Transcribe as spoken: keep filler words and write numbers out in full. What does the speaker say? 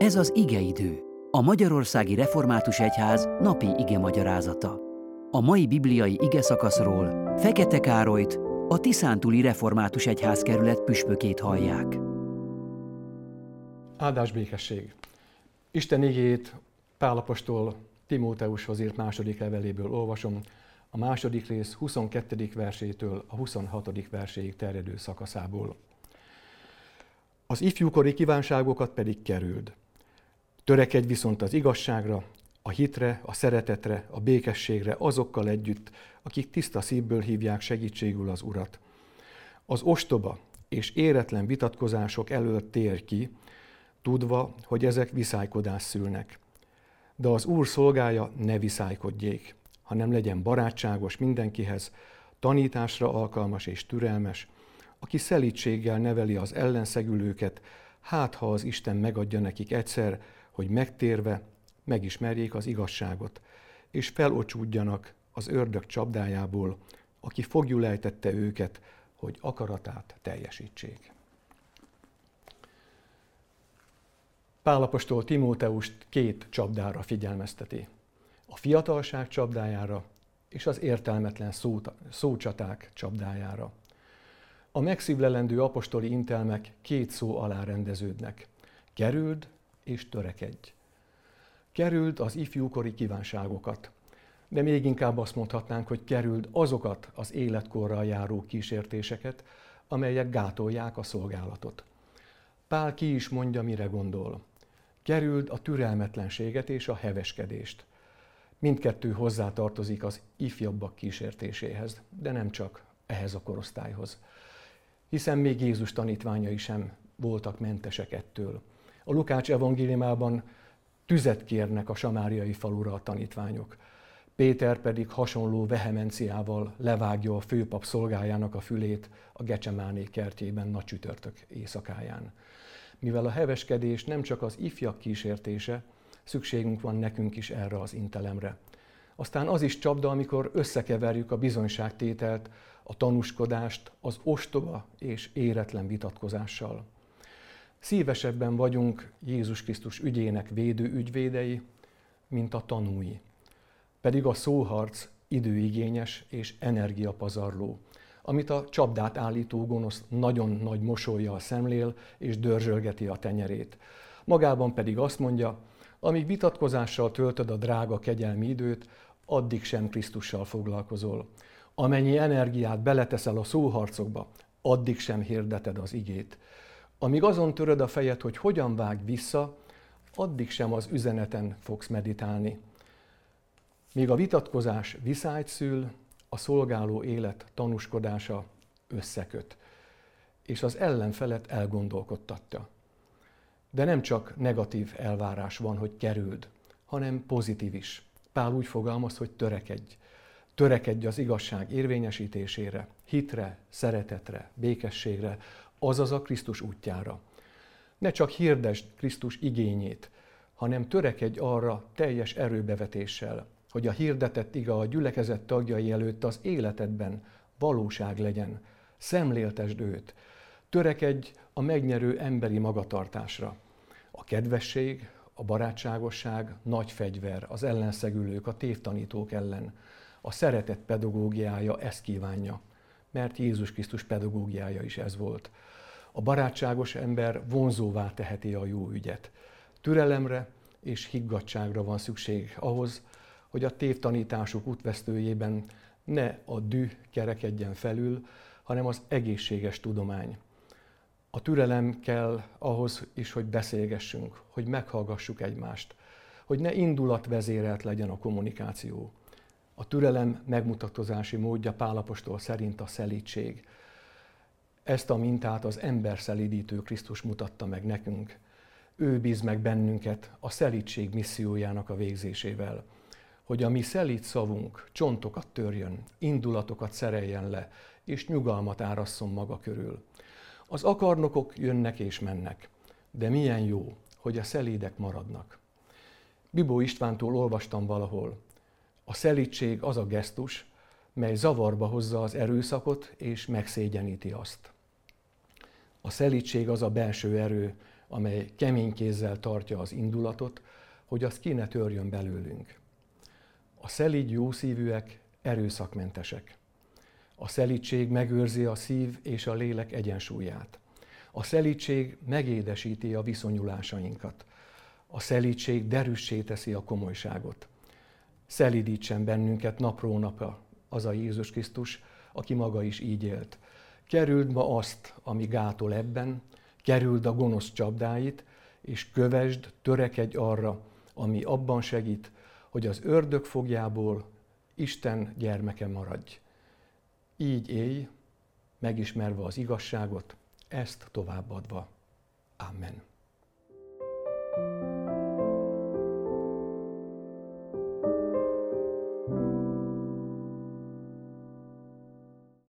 Ez az igeidő, a Magyarországi Református Egyház napi igemagyarázata. A mai bibliai igeszakaszról Fekete Károlyt, a Tiszántúli Református Egyházkerület püspökét hallják. Áldás békesség! Isten igéjét Pál apostol Timóteushoz írt második leveléből olvasom, a második rész huszonkettedik versétől a huszonhatodik verséig terjedő szakaszából. Az ifjúkori kívánságokat pedig kerüld. Törekedj viszont az igazságra, a hitre, a szeretetre, a békességre azokkal együtt, akik tiszta szívből hívják segítségül az Urat. Az ostoba és éretlen vitatkozások elől térj ki, tudva, hogy ezek viszálykodást szülnek. De az Úr szolgája ne viszálykodjék, hanem legyen barátságos mindenkihez, tanításra alkalmas és türelmes, aki szelídséggel neveli az ellenszegülőket, hát ha az Isten megadja nekik egyszer, hogy megtérve megismerjék az igazságot, és felocsúdjanak az ördög csapdájából, aki foglyul ejtette őket, hogy akaratát teljesítsék. Pál apostol Timóteust két csapdára figyelmezteti. A fiatalság csapdájára és az értelmetlen szó, szócsaták csapdájára. A megszívlelendő apostoli intelmek két szó alá rendeződnek. Kerüld és törekedj. Kerüld az ifjúkori kívánságokat, de még inkább azt mondhatnánk, hogy kerüld azokat az életkorral járó kísértéseket, amelyek gátolják a szolgálatot. Pál ki is mondja, mire gondol. Kerüld a türelmetlenséget és a heveskedést. Mindkettő hozzátartozik az ifjabbak kísértéséhez, de nem csak ehhez a korosztályhoz. Hiszen még Jézus tanítványai sem voltak mentesek ettől. A Lukács evangéliumában tüzet kérnek a samáriai falura a tanítványok. Péter pedig hasonló vehemenciával levágja a főpap szolgájának a fülét a Gecsemáné kertjében nagy csütörtök éjszakáján. Mivel a heveskedés nem csak az ifjak kísértése, szükségünk van nekünk is erre az intelemre. Aztán az is csapda, amikor összekeverjük a bizonyságtételt, a tanúskodást az ostoba és éretlen vitatkozással. Szívesebben vagyunk Jézus Krisztus ügyének védő ügyvédei, mint a tanúi. Pedig a szóharc időigényes és energiapazarló, amit a csapdát állító gonosz nagyon nagy mosollyal szemlél és dörzsölgeti a tenyerét. Magában pedig azt mondja, amíg vitatkozással töltöd a drága kegyelmi időt, addig sem Krisztussal foglalkozol. Amennyi energiát beleteszel a szóharcokba, addig sem hirdeted az igét. Amíg azon töröd a fejed, hogy hogyan vágj vissza, addig sem az üzeneten fogsz meditálni. Míg a vitatkozás viszályt szül, a szolgáló élet tanúskodása összeköt, és az ellenfelet elgondolkodtatja. De nem csak negatív elvárás van, hogy kerüld, hanem pozitív is. Pál úgy fogalmaz, hogy törekedj. Törekedj az igazság érvényesítésére, hitre, szeretetre, békességre, azaz a Krisztus útjára. Ne csak hirdesd Krisztus igényét, hanem törekedj arra teljes erőbevetéssel, hogy a hirdetett ige a gyülekezet tagjai előtt az életedben valóság legyen. Szemléltesd őt. Törekedj a megnyerő emberi magatartásra. A kedvesség, a barátságosság nagy fegyver az ellenszegülők, a tévtanítók ellen. A szeretet pedagógiája ezt kívánja, mert Jézus Krisztus pedagógiája is ez volt. A barátságos ember vonzóvá teheti a jó ügyet. Türelemre és higgadtságra van szükség ahhoz, hogy a tévtanításuk útvesztőjében ne a düh kerekedjen felül, hanem az egészséges tudomány. A türelem kell ahhoz is, hogy beszélgessünk, hogy meghallgassuk egymást, hogy ne indulatvezérelt legyen a kommunikáció. A türelem megmutatkozási módja Pál apostol szerint a szelídség. Ezt a mintát az emberszelídítő Krisztus mutatta meg nekünk. Ő bíz meg bennünket a szelídség missziójának a végzésével, hogy a mi szelíd szavunk csontokat törjön, indulatokat szereljen le, és nyugalmat árasszon maga körül. Az akarnokok jönnek és mennek, de milyen jó, hogy a szelídek maradnak. Bibó Istvántól olvastam valahol, a szelídség az a gesztus, mely zavarba hozza az erőszakot és megszégyeníti azt. A szelídség az a belső erő, amely kemény kézzel tartja az indulatot, hogy az ki ne törjön belőlünk. A szelíd jószívűek erőszakmentesek. A szelídség megőrzi a szív és a lélek egyensúlyát. A szelídség megédesíti a viszonyulásainkat. A szelídség derűssé teszi a komolyságot. Szelídítsen bennünket napról napra az a Jézus Krisztus, aki maga is így élt. Kerüld ma azt, ami gátol ebben, kerüld a gonosz csapdáit, és kövesd, törekedj arra, ami abban segít, hogy az ördög fogjából Isten gyermeke maradj. Így élj, megismerve az igazságot, ezt továbbadva. Amen.